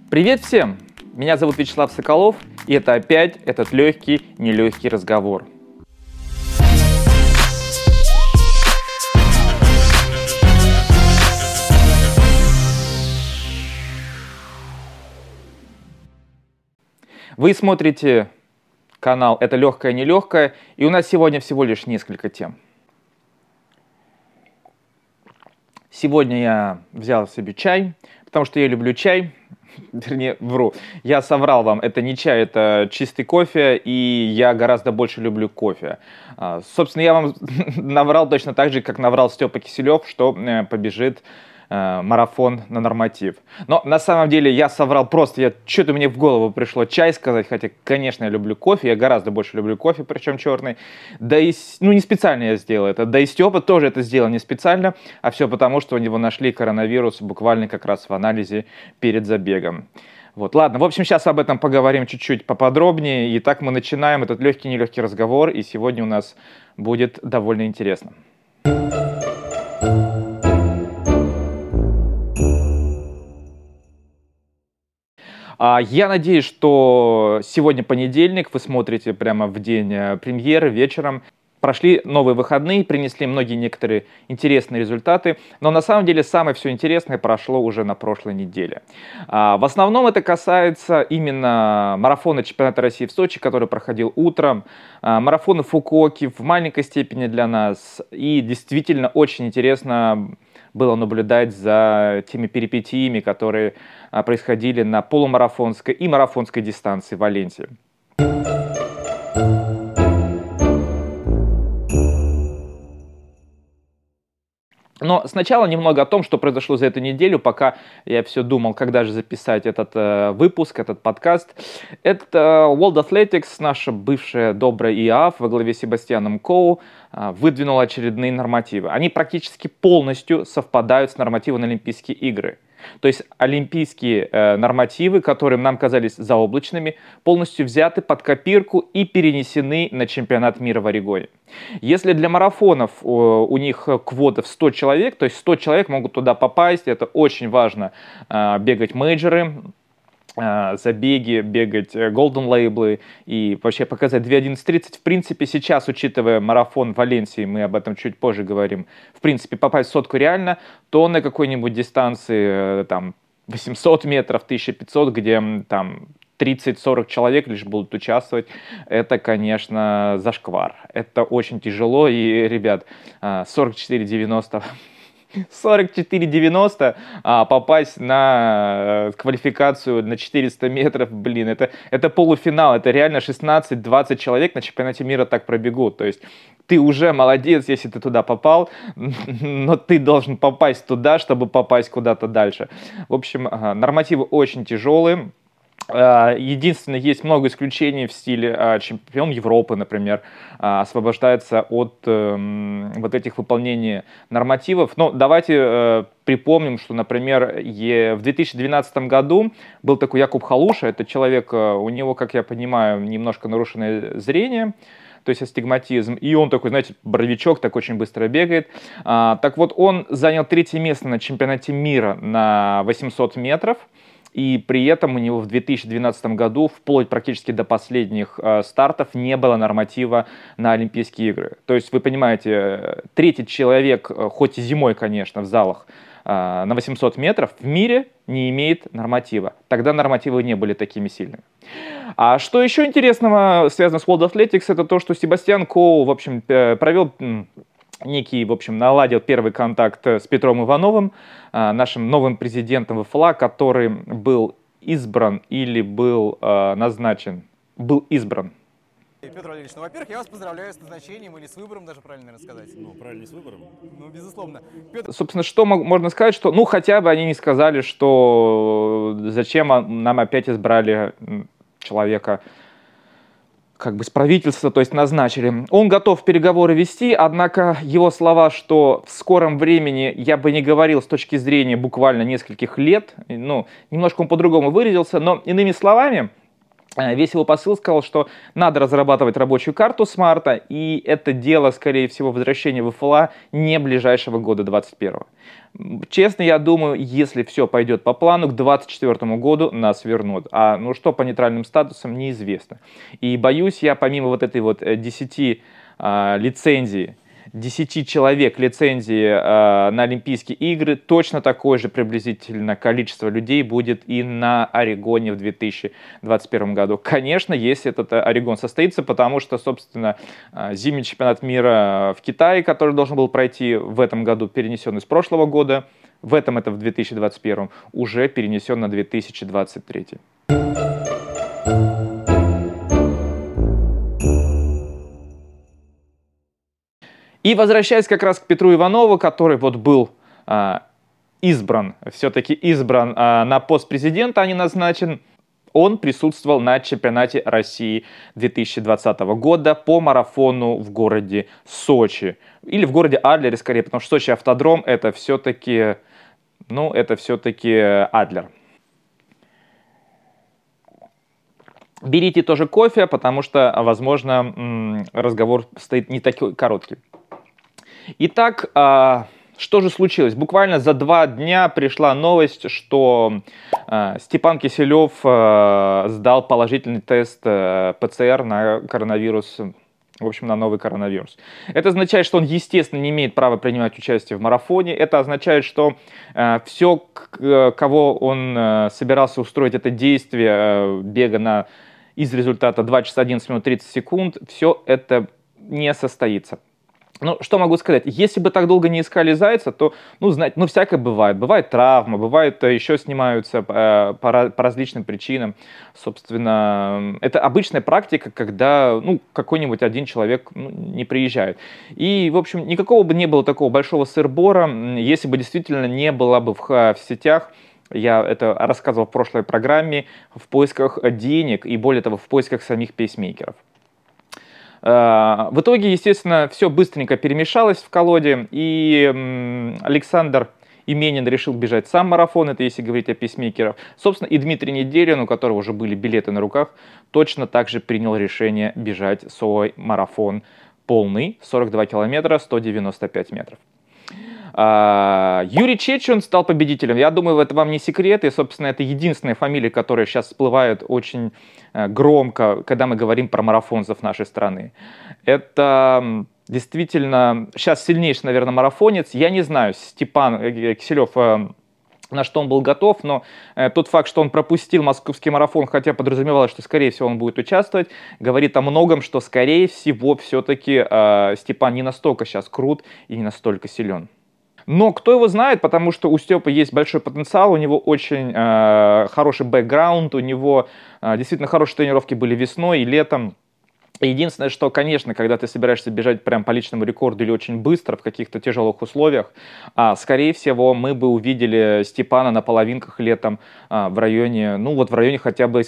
Привет всем! Меня зовут Вячеслав Соколов, и это опять этот легкий, нелегкий разговор. Вы смотрите канал «Это легкое, нелегкое», и у нас сегодня всего лишь несколько тем. Сегодня я взял себе чай, потому что я люблю чай. Вернее, вру. Я соврал вам, это не чай, это чистый кофе, и я гораздо больше люблю кофе. Собственно, я вам наврал точно так же, как наврал Степа Киселев, что побежит марафон на норматив. Но на самом деле я соврал просто, что-то мне в голову пришло чай сказать, хотя, конечно, я люблю кофе, я гораздо больше люблю кофе, причем черный. Да и, не специально я сделал это, да и Степа тоже это сделал не специально, а все потому, что у него нашли коронавирус буквально как раз в анализе перед забегом. Вот, ладно, в общем, сейчас об этом поговорим чуть-чуть поподробнее. Итак, мы начинаем этот легкий-нелегкий разговор, и сегодня у нас будет довольно интересно. Я надеюсь, что сегодня понедельник, вы смотрите прямо в день премьеры вечером. Прошли новые выходные, принесли некоторые интересные результаты, но на самом деле самое все интересное прошло уже на прошлой неделе. В основном это касается именно марафона чемпионата России в Сочи, который проходил утром, марафона Фукуоки в маленькой степени для нас, и действительно очень интересно было наблюдать за теми перипетиями, которые происходили на полумарафонской и марафонской дистанции в Валенсии. Но сначала немного о том, что произошло за эту неделю, пока я все думал, когда же записать этот выпуск, этот подкаст. Это World Athletics, наша бывшая добрая ИААФ во главе с Себастьяном Коу, выдвинула очередные нормативы. Они практически полностью совпадают с нормативами на Олимпийские игры. То есть олимпийские нормативы, которые нам казались заоблачными, полностью взяты под копирку и перенесены на чемпионат мира в Орегоне. Если для марафонов у них квота в 100 человек, то есть 100 человек могут туда попасть, это очень важно бегать мейджоры, забеги, бегать golden лейблы и вообще показать 2:11:30. В принципе, сейчас, учитывая марафон в Валенсии, мы об этом чуть позже говорим, в принципе, попасть в сотку реально, то на какой-нибудь дистанции, там, 800 метров, 1500, где там 30-40 человек лишь будут участвовать, это, конечно, зашквар. Это очень тяжело, и, ребят, 44:90... 44:90 попасть на квалификацию на 400 метров, блин, это полуфинал, это реально 16-20 человек на чемпионате мира так пробегут, то есть ты уже молодец, если ты туда попал, но ты должен попасть туда, чтобы попасть куда-то дальше. В общем, нормативы очень тяжелые. Единственное, есть много исключений в стиле чемпион Европы, например, освобождается от вот этих выполнений нормативов. Но давайте припомним, что, например, в 2012 году был такой Якуб Халуша, это человек, у него, как я понимаю, немножко нарушенное зрение, то есть астигматизм, и он такой, знаете, боровичок, так очень быстро бегает. Так вот, он занял 3-е место на чемпионате мира на 800 метров, и при этом у него в 2012 году, вплоть практически до последних стартов, не было норматива на Олимпийские игры. То есть, вы понимаете, 3-й человек, хоть и зимой, конечно, в залах, на 800 метров в мире не имеет норматива. Тогда нормативы не были такими сильными. А что еще интересного связано с World Athletics, это то, что Себастьян Коу, в общем, провел... наладил первый контакт с Петром Ивановым, нашим новым президентом ВФЛА, который был избран или был назначен, был избран. Петр Валерьевич, во-первых, я вас поздравляю с назначением или с выбором, даже правильно сказать. Правильно, с выбором. Безусловно. Собственно, что можно сказать, что, хотя бы они не сказали, что зачем нам опять избрали человека, как бы с правительства, то есть назначили. Он готов переговоры вести, однако его слова, что в скором времени, я бы не говорил с точки зрения буквально нескольких лет, немножко он по-другому выразился, но иными словами, Весь его посыл сказал, что надо разрабатывать рабочую карту с марта, и это дело, скорее всего, возвращения в ФЛА не ближайшего года 21-го. Честно, я думаю, если все пойдет по плану, к 2024 году нас вернут. А ну что по нейтральным статусам, неизвестно. И боюсь, я помимо вот этой вот 10 лицензий, 10 человек лицензии на Олимпийские игры, точно такое же приблизительно количество людей будет и на Орегоне в 2021 году. Конечно, если этот Орегон состоится, потому что, собственно, зимний чемпионат мира в Китае, который должен был пройти в этом году, перенесен из прошлого года, это в 2021, уже перенесен на 2023. И возвращаясь как раз к Петру Иванову, который вот был все-таки избран на пост президента, а не назначен, он присутствовал на чемпионате России 2020 года по марафону в городе Сочи. Или в городе Адлере скорее, потому что Сочи автодром это все-таки Адлер. Берите тоже кофе, потому что, возможно, разговор стоит не такой короткий. Итак, что же случилось? Буквально за 2 дня пришла новость, что Степан Киселев сдал положительный тест ПЦР на коронавирус, в общем, на новый коронавирус. Это означает, что он, естественно, не имеет права принимать участие в марафоне. Это означает, что все, кого он собирался устроить это действие бега из результата 2 часа 11 минут 30 секунд, все это не состоится. Ну, что могу сказать? Если бы так долго не искали зайца, то, знаете, всякое бывает. Бывает травма, бывает еще снимаются по различным причинам. Собственно, это обычная практика, когда, какой-нибудь один человек не приезжает. И, в общем, никакого бы не было такого большого сыр-бора, если бы действительно не было бы в сетях. Я это рассказывал в прошлой программе, в поисках денег и, более того, в поисках самих пейсмейкеров. В итоге, естественно, все быстренько перемешалось в колоде, и Александр Именин решил бежать сам марафон, это если говорить о пейсмейкерах. Собственно, и Дмитрий Неделин, у которого уже были билеты на руках, точно так же принял решение бежать свой марафон полный, 42 километра, 195 метров. Юрий Чечун стал победителем. Я думаю, это вам не секрет. И, собственно, это единственная фамилия, которая сейчас всплывает очень громко, когда мы говорим про марафонцев нашей страны. Это действительно сейчас сильнейший, наверное, марафонец. Я не знаю, Степан Киселев, на что он был готов, но тот факт, что он пропустил московский марафон, хотя подразумевалось, что, скорее всего, он будет участвовать, говорит о многом, что, скорее всего, все-таки Степан не настолько сейчас крут и не настолько силен. Но кто его знает, потому что у Степы есть большой потенциал, у него очень хороший бэкграунд, у него действительно хорошие тренировки были весной и летом. Единственное, что, конечно, когда ты собираешься бежать прям по личному рекорду или очень быстро в каких-то тяжелых условиях, скорее всего, мы бы увидели Степана на половинках летом в районе, в районе хотя бы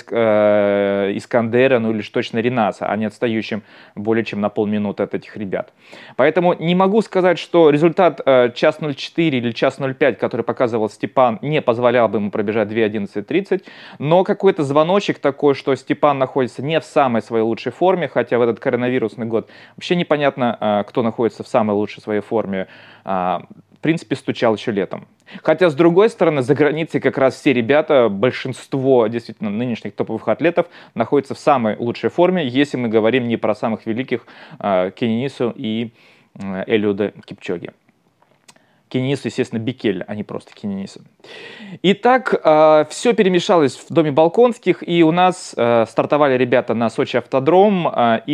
Искандера, или точно Ренаса, а не отстающим более чем на полминуты от этих ребят. Поэтому не могу сказать, что результат час 04 или час 05, который показывал Степан, не позволял бы ему пробежать 2:11:30, но какой-то звоночек такой, что Степан находится не в самой своей лучшей форме, хотя в этот коронавирусный год вообще непонятно, кто находится в самой лучшей своей форме, в принципе, стучал еще летом. Хотя, с другой стороны, за границей как раз все ребята, большинство действительно нынешних топовых атлетов находятся в самой лучшей форме, если мы говорим не про самых великих Кенинису и Элиуда Кипчоги. Кенинису, естественно, Бикель, а не просто Кенинису. Итак, все перемешалось в доме Болконских, и у нас стартовали ребята на Сочи автодром.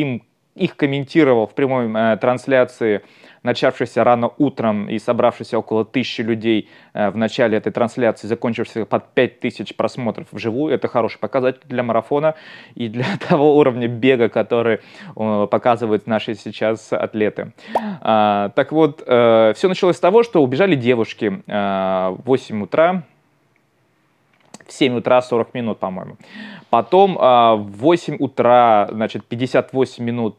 Их комментировал в прямой трансляции, начавшейся рано утром и собравшейся около 1000 людей в начале этой трансляции, закончившейся под 5000 просмотров вживую. Это хороший показатель для марафона и для того уровня бега, который показывают наши сейчас атлеты. Так вот, все началось с того, что убежали девушки в 8 утра, в 7 утра 40 минут, по-моему. Потом в 8 утра, 58 минут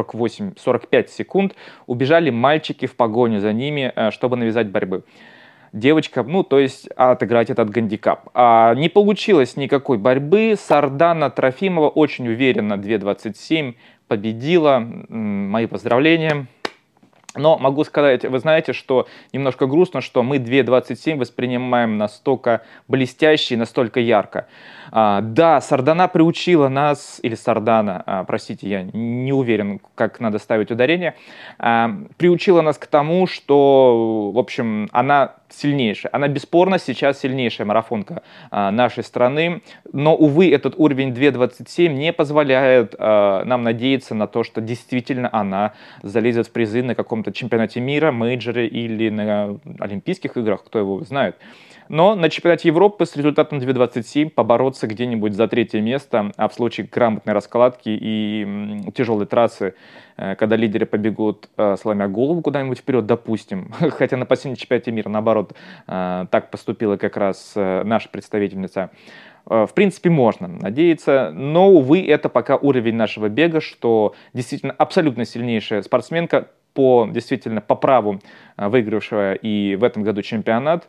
45 секунд убежали мальчики в погоню за ними, чтобы навязать борьбы. девочка, ну, то есть отыграть этот гандикап. Не получилось никакой борьбы. Сардана Трофимова очень уверенно 2.27 победила. Мои поздравления. Но могу сказать, вы знаете, что немножко грустно, что мы 2.27 воспринимаем настолько блестяще и настолько ярко. Да, Сардана приучила нас, или Сардана, простите, я не уверен, как надо ставить ударение, приучила нас к тому, что, в общем, она сильнейшая. Она бесспорно сейчас сильнейшая марафонка нашей страны. Но, увы, этот уровень 2.27 не позволяет нам надеяться на то, что действительно она залезет в призы на каком-то чемпионате мира, мейджоре или на Олимпийских играх, кто его знает. Но на чемпионате Европы с результатом 2.27 побороться где-нибудь за третье место, а в случае грамотной раскладки и тяжелой трассы, когда лидеры побегут, сломя голову куда-нибудь вперед, допустим, хотя на последнем чемпионате мира, наоборот, так поступила как раз наша представительница, в принципе, можно надеяться, но, увы, это пока уровень нашего бега, что действительно абсолютно сильнейшая спортсменка, действительно по праву выигравшая и в этом году чемпионат,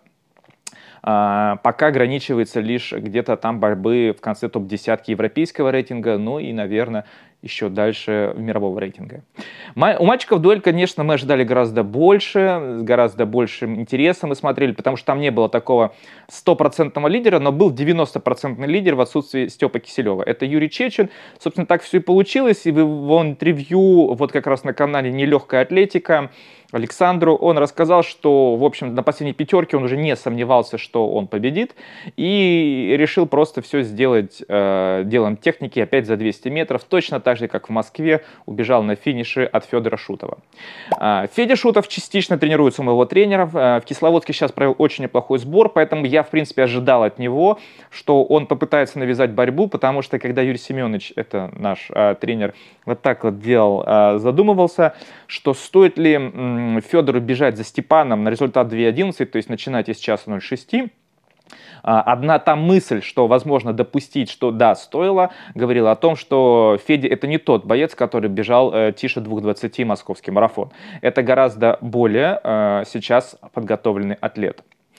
пока ограничивается лишь где-то там борьбы в конце топ-10 европейского рейтинга, ну и, наверное, еще дальше мирового рейтинга. У мальчиков дуэль, конечно, мы ожидали гораздо больше, с гораздо большим интересом мы смотрели, потому что там не было такого 100% лидера, но был 90% лидер в отсутствии Степы Киселева. Это Юрий Чечин. Собственно, так все и получилось. И в его интервью, вот как раз на канале «Нелегкая атлетика», Александру, он рассказал, что, в общем, на последней пятерке он уже не сомневался, что он победит, и решил просто все сделать делом техники опять за 200 метров, точно так же, как в Москве, убежал на финише от Федора Шутова. Федя Шутов частично тренируется у моего тренера, в Кисловодске сейчас провел очень неплохой сбор, поэтому я, в принципе, ожидал от него, что он попытается навязать борьбу, потому что, когда Юрий Семенович, это наш тренер, вот так вот делал, задумывался, что стоит ли Федору бежать за Степаном на результат 2.11, то есть начинать из часа 0.6. Одна та мысль, что возможно допустить, что да, стоило, говорила о том, что Федя это не тот боец, который бежал тише 2.20 московский марафон. Это гораздо более сейчас подготовленный атлет.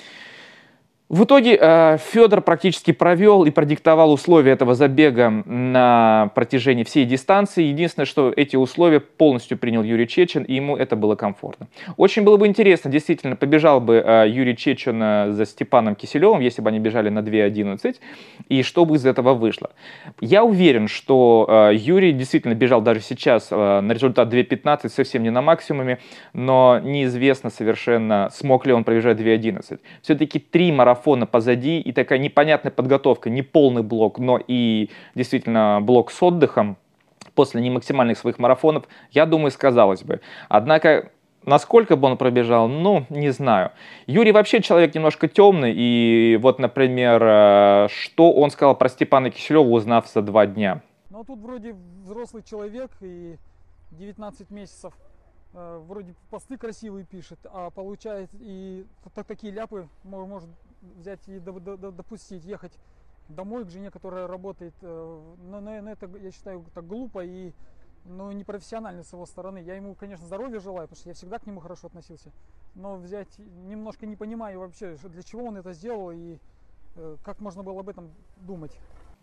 В итоге Федор практически провел и продиктовал условия этого забега на протяжении всей дистанции. Единственное, что эти условия полностью принял Юрий Чечин, и ему это было комфортно. Очень было бы интересно, действительно, побежал бы Юрий Чечин за Степаном Киселевым, если бы они бежали на 2.11, и что бы из этого вышло. Я уверен, что Юрий действительно бежал даже сейчас на результат 2.15, совсем не на максимуме, но неизвестно совершенно, смог ли он пробежать 2.11. Все-таки 3 марафона позади и такая непонятная подготовка, не полный блок, но и действительно блок с отдыхом после немаксимальных своих марафонов, я думаю, сказалось бы. Однако, насколько бы он пробежал, ну, не знаю. Юрий вообще человек немножко темный, и вот, например, что он сказал про Степана Киселева, узнав за 2 дня. Ну, тут вроде взрослый человек и 19 месяцев. Вроде посты красивые пишет, а получает и такие ляпы может взять и допустить, ехать домой к жене, которая работает. Но это, я считаю, так глупо и непрофессионально с его стороны. Я ему, конечно, здоровья желаю, потому что я всегда к нему хорошо относился. Но взять, немножко не понимаю вообще, для чего он это сделал и как можно было об этом думать.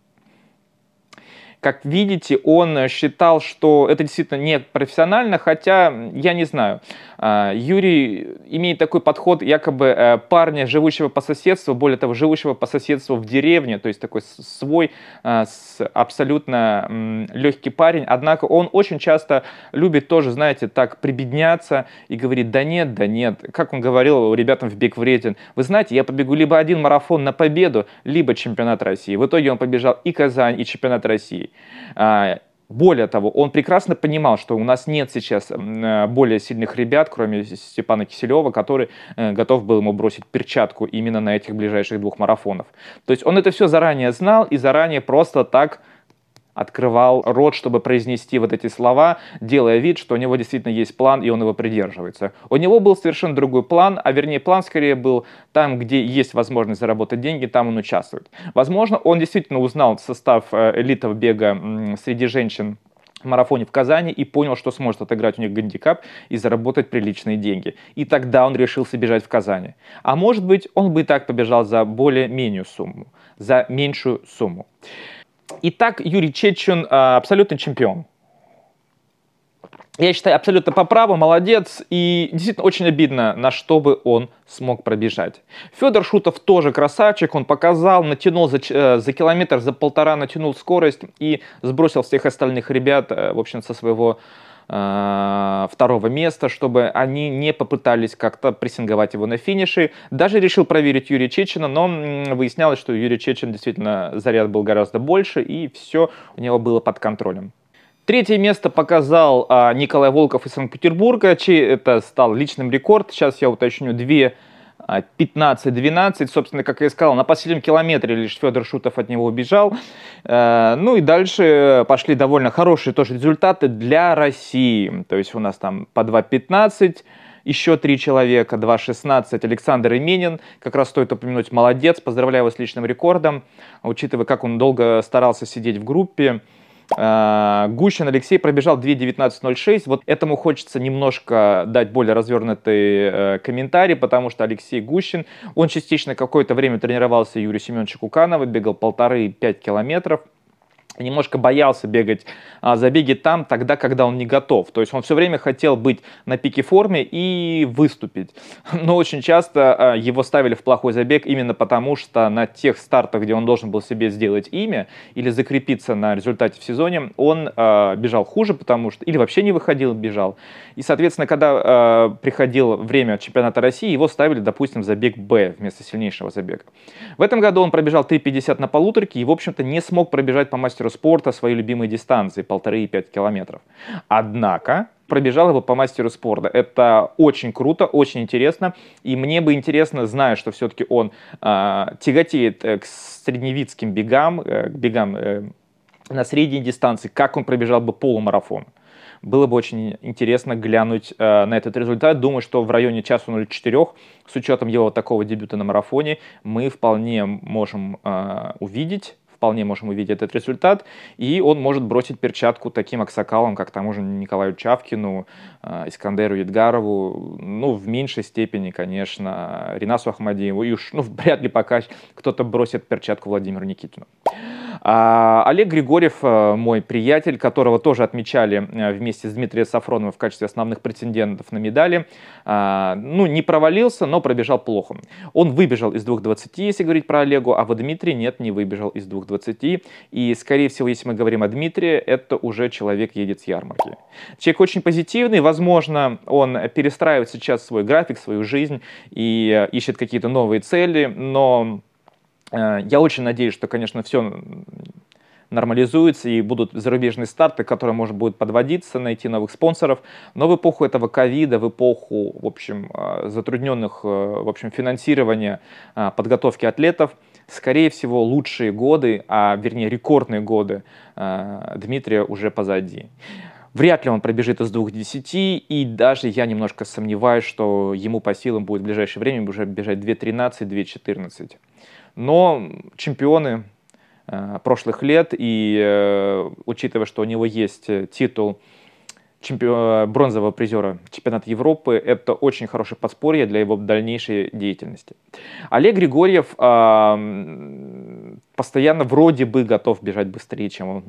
Как видите, он считал, что это действительно не профессионально, хотя я не знаю. Юрий имеет такой подход якобы парня, живущего по соседству, более того, живущего по соседству в деревне, то есть такой свой, абсолютно легкий парень. Однако он очень часто любит тоже, знаете, так прибедняться и говорит: да нет, да нет. Как он говорил ребятам в «Бег вреден», вы знаете, я побегу либо один марафон на победу, либо чемпионат России. В итоге он побежал и Казань, и чемпионат России. Более того, он прекрасно понимал, что у нас нет сейчас более сильных ребят, кроме Степана Киселева, который готов был ему бросить перчатку именно на этих ближайших 2 марафонов. То есть он это все заранее знал и заранее просто так открывал рот, чтобы произнести вот эти слова, делая вид, что у него действительно есть план, и он его придерживается. У него был совершенно другой план, а вернее план скорее был там, где есть возможность заработать деньги, там он участвует. Возможно, он действительно узнал состав элитного бега среди женщин марафоне в Казани и понял, что сможет отыграть у них гандикап и заработать приличные деньги. И тогда он решился бежать в Казани. А может быть, он бы и так побежал за более-менее сумму, за меньшую сумму. Итак, Юрий Чечен абсолютный чемпион. Я считаю, абсолютно по праву, молодец, и действительно очень обидно, на что бы он смог пробежать. Федор Шутов тоже красавчик, он показал, натянул за километр, за полтора натянул скорость и сбросил всех остальных ребят, в общем, со своего второго места, чтобы они не попытались как-то прессинговать его на финише. Даже решил проверить Юрия Чечена, но выяснялось, что у Юрия Чечена действительно заряд был гораздо больше, и все у него было под контролем. Третье место показал Николай Волков из Санкт-Петербурга, чей это стал личным рекорд. Сейчас я уточню, 2:15:12. Собственно, как я и сказал, на последнем километре лишь Федор Шутов от него убежал. Ну и дальше пошли довольно хорошие тоже результаты для России. То есть у нас там по 2:15. Еще 3 человека, 2:16, Александр Именин, как раз стоит упомянуть, молодец, поздравляю его с личным рекордом, учитывая, как он долго старался сидеть в группе. Гущин Алексей пробежал 2:19:06. Вот этому хочется немножко дать более развернутый комментарий, потому что Алексей Гущин, он частично какое-то время тренировался Юрия Семеновича Куканова, бегал 1,5-5 километров. Немножко боялся бегать забеги там, тогда, когда он не готов. То есть он все время хотел быть на пике формы и выступить. Но очень часто его ставили в плохой забег именно потому, что на тех стартах, где он должен был себе сделать имя или закрепиться на результате в сезоне, он бежал хуже, потому что или вообще не выходил, бежал. И, соответственно, когда приходило время чемпионата России, его ставили, допустим, в забег Б вместо сильнейшего забега. В этом году он пробежал 3:50 на полуторке и, в общем-то, не смог пробежать по мастеру спорта свои любимые дистанции 1,5 и 5 километров. Однако пробежал его по мастеру спорта. Это очень круто, очень интересно. И мне бы интересно, зная, что все-таки он тяготеет к средневидским бегам, к бегам на средней дистанции, как он пробежал бы полумарафон. Было бы очень интересно глянуть на этот результат. Думаю, что в районе 1:04, с учетом его такого дебюта на марафоне, мы вполне можем увидеть этот результат, и он может бросить перчатку таким аксакалам, как тому же Николаю Чавкину, Искандеру Едгарову, ну, в меньшей степени, конечно, Ринасу Ахмадиеву, и уж, ну, вряд ли пока кто-то бросит перчатку Владимиру Никитину. Олег Григорьев, мой приятель, которого тоже отмечали вместе с Дмитрием Сафроновым в качестве основных претендентов на медали, ну, не провалился, но пробежал плохо. Он выбежал из 2:20, если говорить про Олегу, а вот Дмитрий нет, не выбежал из 2:20. И, скорее всего, если мы говорим о Дмитрии, это уже человек едет с ярмарки. Человек очень позитивный, возможно, он перестраивает сейчас свой график, свою жизнь и ищет какие-то новые цели, но я очень надеюсь, что, конечно, все нормализуется и будут зарубежные старты, которые можно будет подводиться, найти новых спонсоров. Но в эпоху этого ковида, в эпоху, в общем, затрудненных, в общем, финансирования подготовки атлетов, скорее всего, лучшие годы, вернее, рекордные годы Дмитрия уже позади. Вряд ли он пробежит из 2:10, и даже я немножко сомневаюсь, что ему по силам будет в ближайшее время уже бежать 2:13, 2:14. Но чемпионы прошлых лет, и учитывая, что у него есть титул бронзового призера чемпионата Европы, это очень хорошее подспорье для его дальнейшей деятельности. Олег Григорьев постоянно вроде бы готов бежать быстрее, чем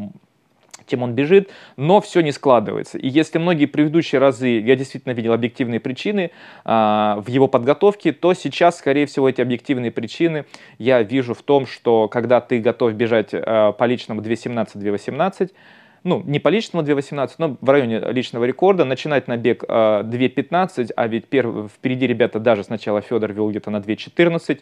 он бежит, но все не складывается. И если многие предыдущие разы я действительно видел объективные причины в его подготовке, то сейчас, скорее всего, эти объективные причины я вижу в том, что когда ты готов бежать по личному 2:17, 2:18, ну, не по личному 2:18, но в районе личного рекорда, начинать набег 2:15, а ведь впереди ребята даже сначала Федор вел где-то на 2:14,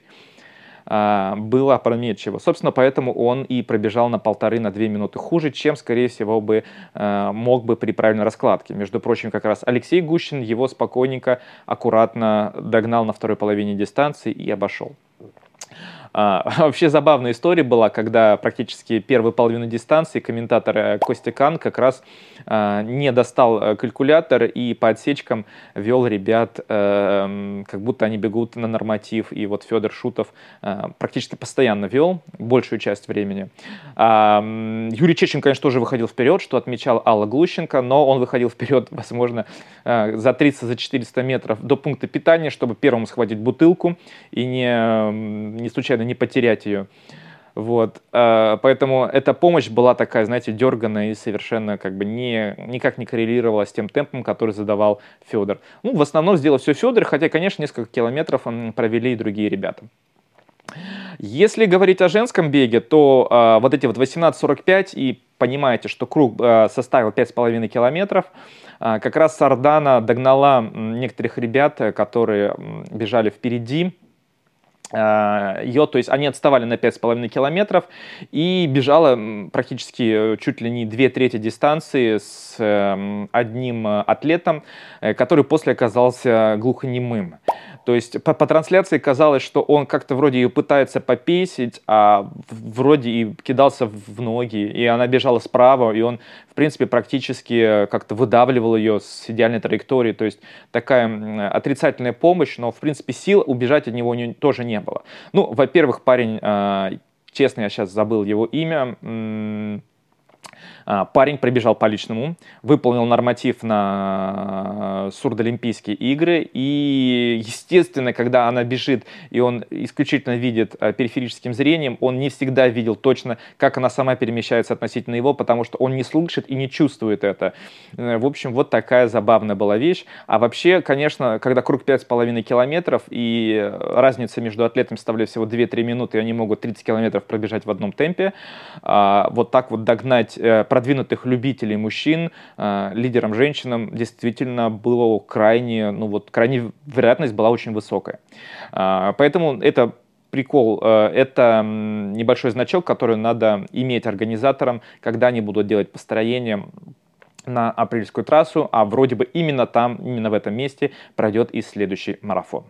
было опрометчиво. Собственно, поэтому он и пробежал на 1,5-2 минуты хуже, чем, скорее всего, мог бы при правильной раскладке. Между прочим, как раз Алексей Гущин его спокойненько, аккуратно догнал на второй половине дистанции и обошел. Вообще забавная история была, когда практически первую половину дистанции комментатор Костя Кан как раз не достал калькулятор и по отсечкам вел ребят, как будто они бегут на норматив. И вот Федор Шутов практически постоянно вел большую часть времени. Юрий Чечин, конечно, тоже выходил вперед, что отмечал Алла Глущенко, но он выходил вперед, возможно, за 300-400 метров до пункта питания, чтобы первым схватить бутылку и не случайно не потерять ее. Вот. Поэтому эта помощь была такая, знаете, дерганная и совершенно как бы никак не коррелировала с тем темпом, который задавал Федор. Ну, в основном сделал все Федор, хотя, конечно, несколько километров провели и другие ребята. Если говорить о женском беге, то вот эти вот 18:45, и понимаете, что круг составил 5,5 километров, как раз Сардана догнала некоторых ребят, которые бежали впереди ее, то есть они отставали на 5,5 километров, и бежала практически чуть ли не 2/3 дистанции с одним атлетом, который после оказался глухонемым. То есть по трансляции казалось, что он как-то вроде ее пытается попесить, а вроде и кидался в ноги, и она бежала справа, и он, в принципе, практически как-то выдавливал ее с идеальной траектории. То есть такая отрицательная помощь, но, в принципе, сил убежать от него тоже не было. Ну, во-первых, парень, честно, я сейчас забыл его имя, парень пробежал по личному, выполнил норматив на сурдоолимпийские игры, и, естественно, когда она бежит, и он исключительно видит периферическим зрением, он не всегда видел точно, как она сама перемещается относительно его, потому что он не слышит и не чувствует это. В общем, вот такая забавная была вещь. А вообще, конечно, когда круг 5,5 километров, и разница между атлетами составляет всего 2-3 минуты, и они могут 30 километров пробежать в одном темпе, вот так вот догнать продвинутых любителей мужчин лидерам женщинам действительно было крайне, вероятность была очень высокая. Поэтому это прикол, это небольшой значок, который надо иметь организаторам, когда они будут делать построение на апрельскую трассу, а вроде бы именно там, именно в этом месте пройдет и следующий марафон.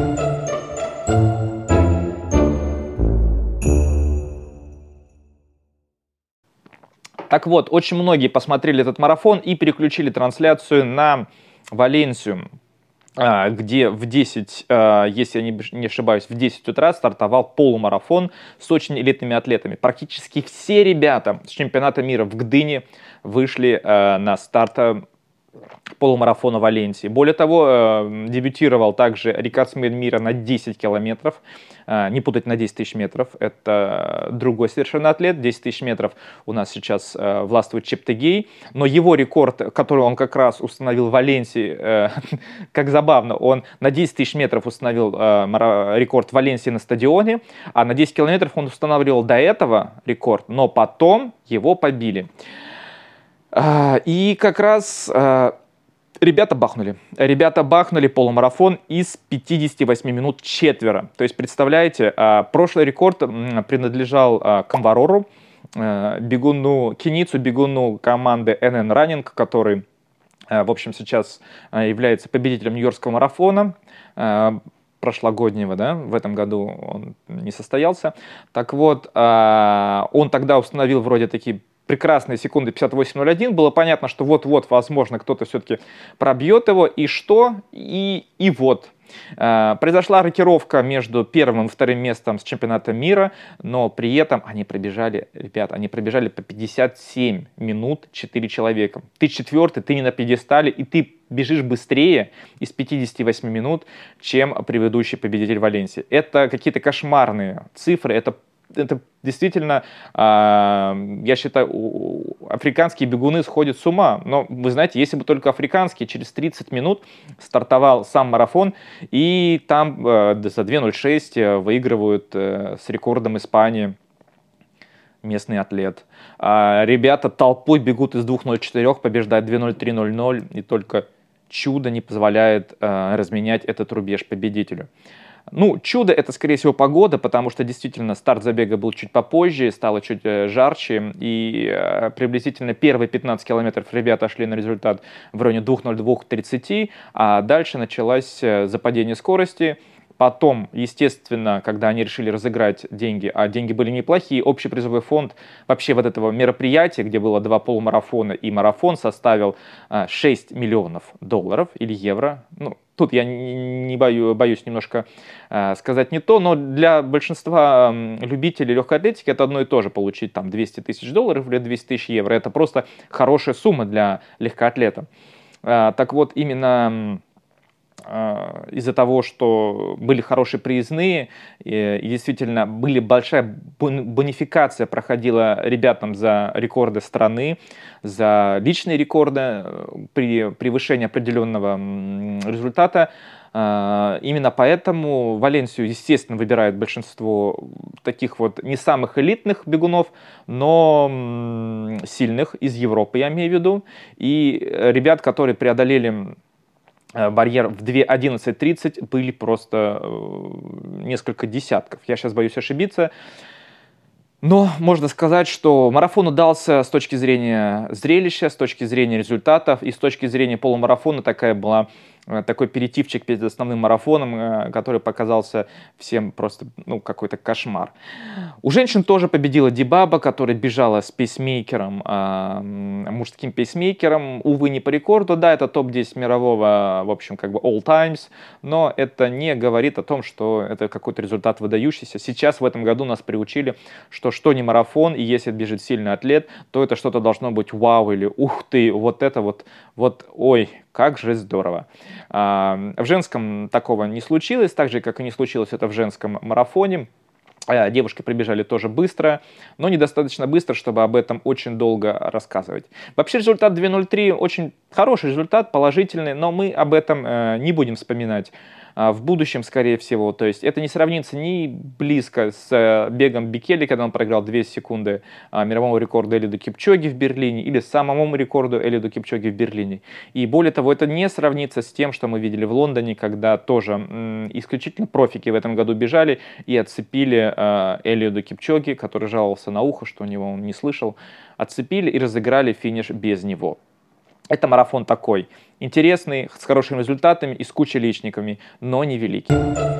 Так вот, очень многие посмотрели этот марафон и переключили трансляцию на Валенсию, где в 10, если я не ошибаюсь, в 10 утра стартовал полумарафон с очень элитными атлетами. Практически все ребята с чемпионата мира в Гдыне вышли на старт полумарафона Валенсии. Более того, дебютировал также рекордсмен мира на 10 километров. Не путать на 10 тысяч метров. Это другой совершенно атлет. 10 тысяч метров у нас сейчас властвует Чептегей. Но его рекорд, который он как раз установил в Валенсии, как забавно, он на 10 тысяч метров установил рекорд в Валенсии на стадионе, а на 10 километров он устанавливал до этого рекорд, но потом его побили. И как раз ребята бахнули полумарафон из 58 минут четверо. То есть, представляете, прошлый рекорд принадлежал Камварору, бегуну команды NN Running, который, в общем, сейчас является победителем Нью-Йоркского марафона. Прошлогоднего, да, в этом году он не состоялся. Так вот, он тогда установил вроде такие прекрасные секунды 58:01, было понятно, что вот-вот, возможно, кто-то все-таки пробьет его, и что? И вот. Произошла рокировка между первым и вторым местом с чемпионата мира, но при этом они пробежали по 57 минут 4 человека. Ты четвертый, ты не на пьедестале, и ты бежишь быстрее из 58 минут, чем предыдущий победитель Валенсии. Это какие-то кошмарные цифры, это действительно, я считаю, африканские бегуны сходят с ума. Но вы знаете, если бы только африканские, через 30 минут стартовал сам марафон, и там за 2:06 выигрывают с рекордом Испании местный атлет. Ребята толпой бегут из 2:04, побеждают 2:03:00, и только чудо не позволяет разменять этот рубеж победителю. Ну, чудо — это, скорее всего, погода, потому что действительно старт забега был чуть попозже, стало чуть жарче, и приблизительно первые 15 километров ребята шли на результат в районе 2:02:30, а дальше началось западение скорости, Потом, естественно, когда они решили разыграть деньги, а деньги были неплохие, общий призовой фонд вообще вот этого мероприятия, где было 2 полумарафона и марафон, составил 6 миллионов долларов или евро. Ну, тут я не боюсь немножко сказать не то, но для большинства любителей легкой атлетики это одно и то же, получить там 200 тысяч долларов или 200 тысяч евро. Это просто хорошая сумма для легкоатлета. Так вот, именно из-за того, что были хорошие приездные, и действительно большая бонификация проходила ребятам за рекорды страны, за личные рекорды при превышении определенного результата. Именно поэтому Валенсию, естественно, выбирают большинство таких вот не самых элитных бегунов, но сильных из Европы, я имею в виду. И ребят, которые преодолели барьер в 2:11:30, были просто несколько десятков. Я сейчас боюсь ошибиться. Но можно сказать, что марафон удался с точки зрения зрелища, с точки зрения результатов и с точки зрения полумарафона. Такой перетивчик перед основным марафоном, который показался всем просто какой-то кошмар. У женщин тоже победила Дибаба, которая бежала с пейсмейкером, мужским пейсмейкером. Увы, не по рекорду, да, это топ-10 мирового, в общем, как бы all times, но это не говорит о том, что это какой-то результат выдающийся. Сейчас в этом году нас приучили, что не марафон, и если бежит сильный атлет, то это что-то должно быть вау или ух ты, вот это вот ой, как же здорово. В женском такого не случилось, так же, как и не случилось это в женском марафоне. Девушки прибежали тоже быстро, но недостаточно быстро, чтобы об этом очень долго рассказывать. Вообще результат 2:03 очень хороший результат, положительный, но мы об этом не будем вспоминать в будущем, скорее всего. То есть это не сравнится ни близко с бегом Беккели, когда он проиграл 2 секунды мировому рекорду Элиду Кипчоги в Берлине, или самому рекорду Элиду Кипчоги в Берлине. И более того, это не сравнится с тем, что мы видели в Лондоне, когда тоже исключительно профики в этом году бежали и отцепили Элиду Кипчоги, который жаловался на ухо, что у него он не слышал, отцепили и разыграли финиш без него. Это марафон такой, интересный, с хорошими результатами и с кучей личниками, но не великий.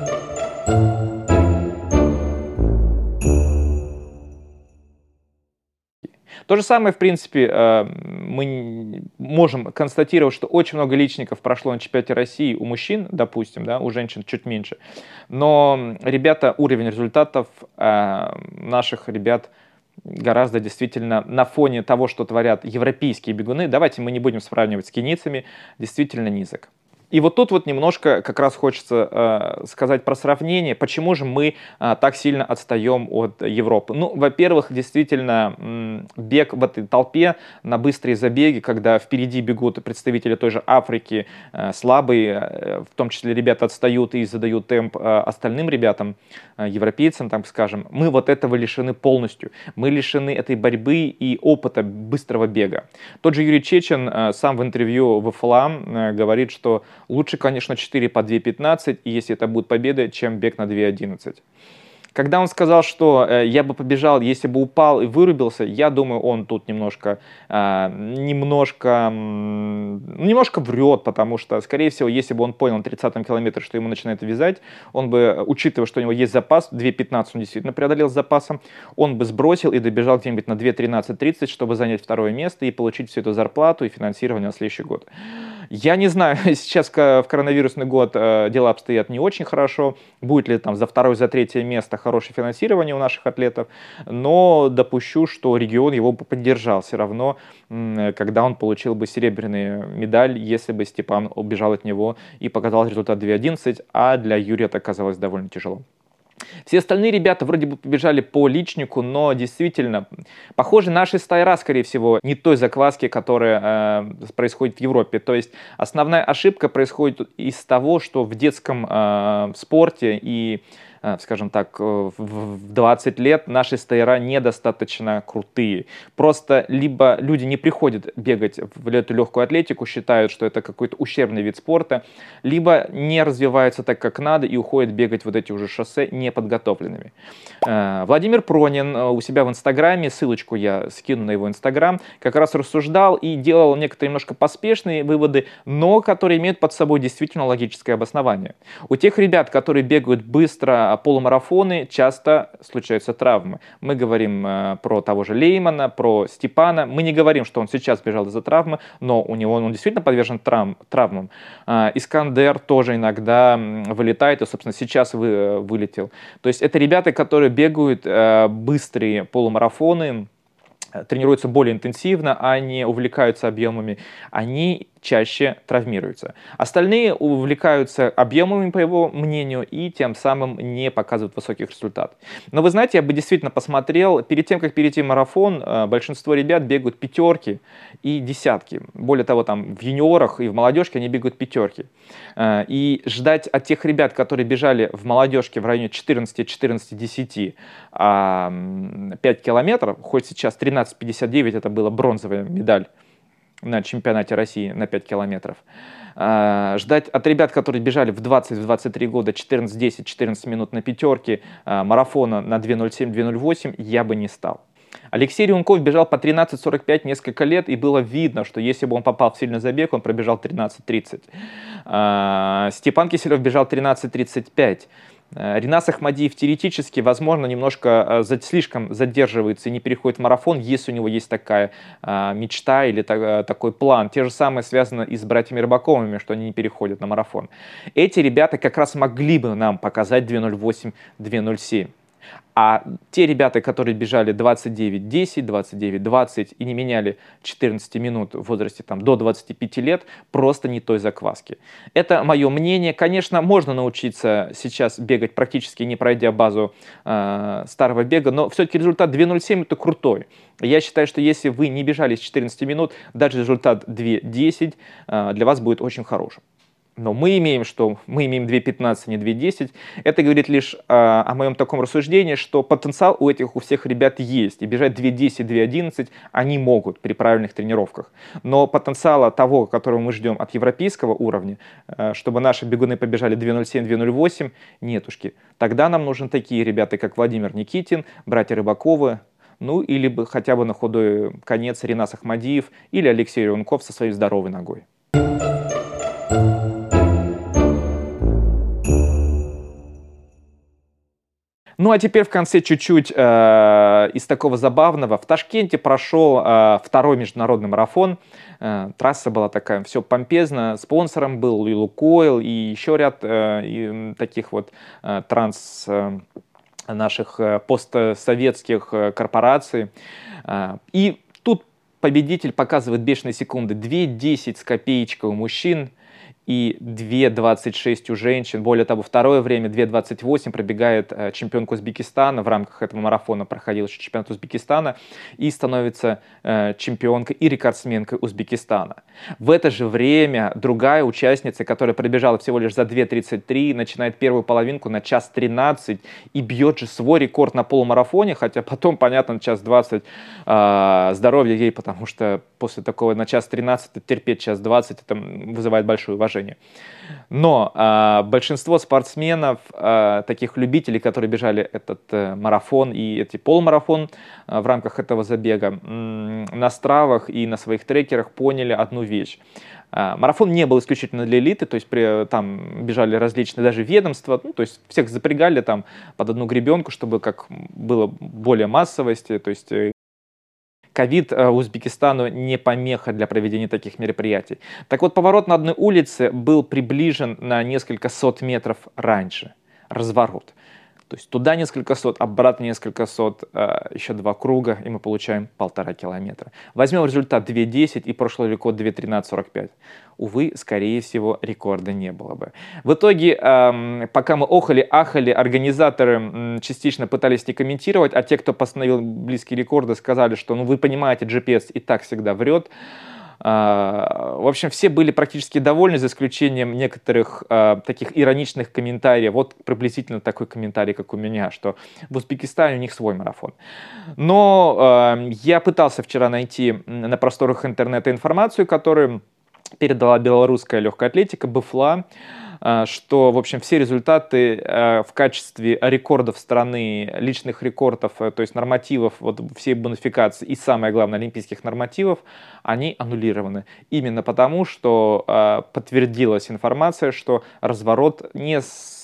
То же самое, в принципе, мы можем констатировать, что очень много личников прошло на чемпионате России у мужчин, допустим, да, у женщин чуть меньше. Но, ребята, уровень результатов наших ребят гораздо действительно на фоне того, что творят европейские бегуны, давайте мы не будем сравнивать с кенийцами, действительно низок. И вот тут вот немножко как раз хочется сказать про сравнение, почему же мы так сильно отстаем от Европы. Ну, во-первых, действительно, бег в этой толпе на быстрые забеги, когда впереди бегут представители той же Африки, слабые, в том числе ребята отстают и задают темп остальным ребятам, европейцам, так скажем, мы вот этого лишены полностью. Мы лишены этой борьбы и опыта быстрого бега. Тот же Юрий Чечин сам в интервью в ФЛА говорит, что лучше, конечно, 4 по 2:15, и если это будет победа, чем бег на 2:11. Когда он сказал, что я бы побежал, если бы упал и вырубился, я думаю, он тут немножко врет, потому что, скорее всего, если бы он понял на 30-м километре, что ему начинает вязать, он бы, учитывая, что у него есть запас, 2:15 он действительно преодолел с запасом, он бы сбросил и добежал где-нибудь на 2:13:30, чтобы занять второе место и получить всю эту зарплату и финансирование на следующий год. Я не знаю, сейчас в коронавирусный год дела обстоят не очень хорошо, будет ли там за второе, за третье место хорошее финансирование у наших атлетов, но допущу, что регион его бы поддержал все равно, когда он получил бы серебряную медаль, если бы Степан убежал от него и показал результат 2:11, а для Юрия это оказалось довольно тяжело. Все остальные ребята вроде бы побежали по личнику, но действительно, похоже, наши стайра, скорее всего, не той закваски, которая происходит в Европе. То есть основная ошибка происходит из того, что в детском спорте и скажем так, в 20 лет наши стейера недостаточно крутые. Просто либо люди не приходят бегать в эту легкую атлетику, считают, что это какой-то ущербный вид спорта, либо не развиваются так, как надо, и уходят бегать вот эти уже шоссе неподготовленными. Владимир Пронин у себя в Инстаграме, ссылочку я скину на его Инстаграм, как раз рассуждал и делал некоторые немножко поспешные выводы, но которые имеют под собой действительно логическое обоснование. У тех ребят, которые бегают быстро полумарафоны, часто случаются травмы. Мы говорим про того же Леймана, про Степана. Мы не говорим, что он сейчас бежал из-за травмы, но у него он действительно подвержен травмам. Искандер тоже иногда вылетает, и, собственно, сейчас вылетел. То есть это ребята, которые бегают быстрые полумарафоны, тренируются более интенсивно, а не увлекаются объемами, они чаще травмируются. Остальные увлекаются объемами, по его мнению, и тем самым не показывают высоких результатов. Но вы знаете, я бы действительно посмотрел, перед тем, как перейти в марафон, большинство ребят бегают пятерки и десятки. Более того, там в юниорах и в молодежке они бегают пятерки. И ждать от тех ребят, которые бежали в молодежке в районе 14-10 5 километров, хоть сейчас 13:59, это была бронзовая медаль на чемпионате России на 5 километров. Ждать от ребят, которые бежали в 20-23 года 14:10-14 минут на пятерке марафона на 2:07-2:08 я бы не стал. Алексей Рюнков бежал по 13:45 несколько лет, и было видно, что если бы он попал в сильный забег, он пробежал 13:30. Степан Киселев бежал 13:35. Ринас Ахмадиев теоретически, возможно, немножко слишком задерживается и не переходит в марафон, если у него есть такая мечта или такой план. Те же самые связаны и с братьями Рыбаковыми, что они не переходят на марафон. Эти ребята как раз могли бы нам показать 2:08, 2:07. А те ребята, которые бежали 29:10, 29:20 и не меняли 14 минут в возрасте до 25 лет, просто не той закваски. Это мое мнение. Конечно, можно научиться сейчас бегать практически не пройдя базу старого бега, но все-таки результат 2:07 это крутой. Я считаю, что если вы не бежали с 14 минут, даже результат 2:10 для вас будет очень хорошим. Но мы имеем 2:15, а не 2:10. Это говорит лишь о моем таком рассуждении, что потенциал у всех ребят есть. И бежать 2:10, 2:11 они могут при правильных тренировках. Но потенциала того, которого мы ждем от европейского уровня, чтобы наши бегуны побежали 2:07, 2:08, нетушки. Тогда нам нужны такие ребята, как Владимир Никитин, братья Рыбаковы, ну или хотя бы на худой конец Ринас Ахмадиев или Алексей Рюнков со своей здоровой ногой. Ну а теперь в конце чуть-чуть из такого забавного. В Ташкенте прошел второй международный марафон. Трасса была такая, все помпезно. Спонсором был и Лукойл, и еще ряд таких вот наших постсоветских корпораций. И тут победитель показывает бешеные секунды. 2:10 с копеечкой у мужчин и 2:26 у женщин. Более того, второе время 2:28 пробегает чемпионка Узбекистана. В рамках этого марафона проходил еще чемпионат Узбекистана и становится чемпионкой и рекордсменкой Узбекистана. В это же время другая участница, которая пробежала всего лишь за 2:33, начинает первую половинку на 1:13 и бьет же свой рекорд на полумарафоне, хотя потом, понятно, на 1:20 здоровье ей, потому что после такого на 1:13 терпеть 1:20 это вызывает большое уважение. Но большинство спортсменов, таких любителей, которые бежали этот марафон и эти полумарафон в рамках этого забега, на стравах и на своих трекерах поняли одну вещь. Марафон не был исключительно для элиты, то есть там бежали различные даже ведомства, то есть всех запрягали там под одну гребенку, чтобы как было более массовости, то есть ковид Узбекистану не помеха для проведения таких мероприятий. Так вот, поворот на одной улице был приближен на несколько сот метров раньше. Разворот. То есть туда несколько сот, обратно несколько сот, еще 2 круга, и мы получаем 1,5 километра. Возьмем результат 2:10 и прошлый рекорд 2:13:45. Увы, скорее всего, рекорда не было бы. В итоге, пока мы охали-ахали, организаторы частично пытались не комментировать, а те, кто постановил близкие рекорды, сказали, что, вы понимаете, GPS и так всегда врет. В общем, все были практически довольны, за исключением некоторых таких ироничных комментариев. Вот приблизительно такой комментарий, как у меня, что в Узбекистане у них свой марафон. Но я пытался вчера найти на просторах интернета информацию, которую передала белорусская легкая атлетика, БФЛА, что, в общем, все результаты в качестве рекордов страны, личных рекордов, то есть нормативов, вот всей бонификации и, самое главное, олимпийских нормативов, они аннулированы. Именно потому, что подтвердилась информация, что разворот не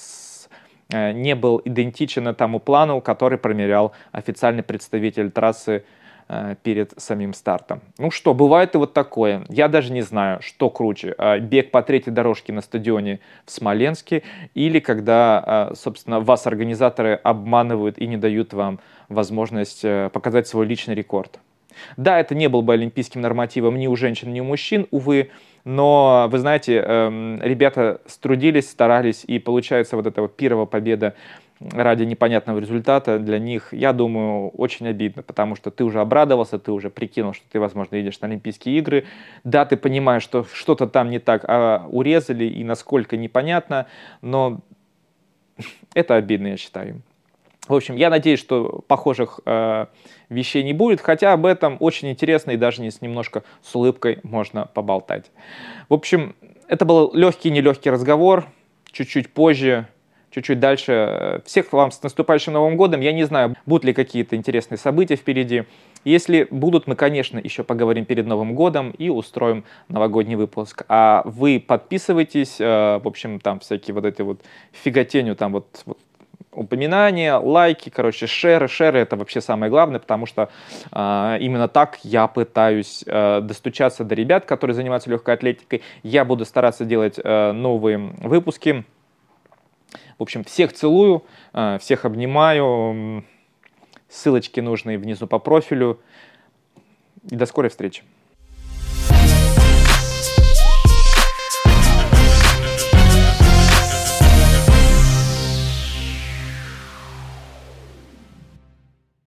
был идентичен тому плану, который промерял официальный представитель трассы перед самим стартом. Ну что, бывает и вот такое. Я даже не знаю, что круче. Бег по третьей дорожке на стадионе в Смоленске или когда, собственно, вас организаторы обманывают и не дают вам возможность показать свой личный рекорд. Да, это не был бы олимпийским нормативом ни у женщин, ни у мужчин, увы, но, вы знаете, ребята струдились, старались, и получается вот эта вот первая победа ради непонятного результата для них, я думаю, очень обидно, потому что ты уже обрадовался, ты уже прикинул, что ты, возможно, едешь на Олимпийские игры. Да, ты понимаешь, что что-то там не так урезали и насколько непонятно, но это обидно, я считаю. В общем, я надеюсь, что похожих вещей не будет, хотя об этом очень интересно и даже немножко с улыбкой можно поболтать. В общем, это был легкий-нелегкий разговор, чуть-чуть позже, чуть-чуть дальше. Всех вам с наступающим Новым годом. Я не знаю, будут ли какие-то интересные события впереди. Если будут, мы, конечно, еще поговорим перед Новым годом и устроим новогодний выпуск. А вы подписывайтесь, в общем, там всякие вот эти вот фиготенью, там вот упоминания, лайки, короче, шеры. Шеры — это вообще самое главное, потому что именно так я пытаюсь достучаться до ребят, которые занимаются легкой атлетикой. Я буду стараться делать новые выпуски. В общем, всех целую, всех обнимаю. Ссылочки нужны внизу по профилю. И до скорой встречи.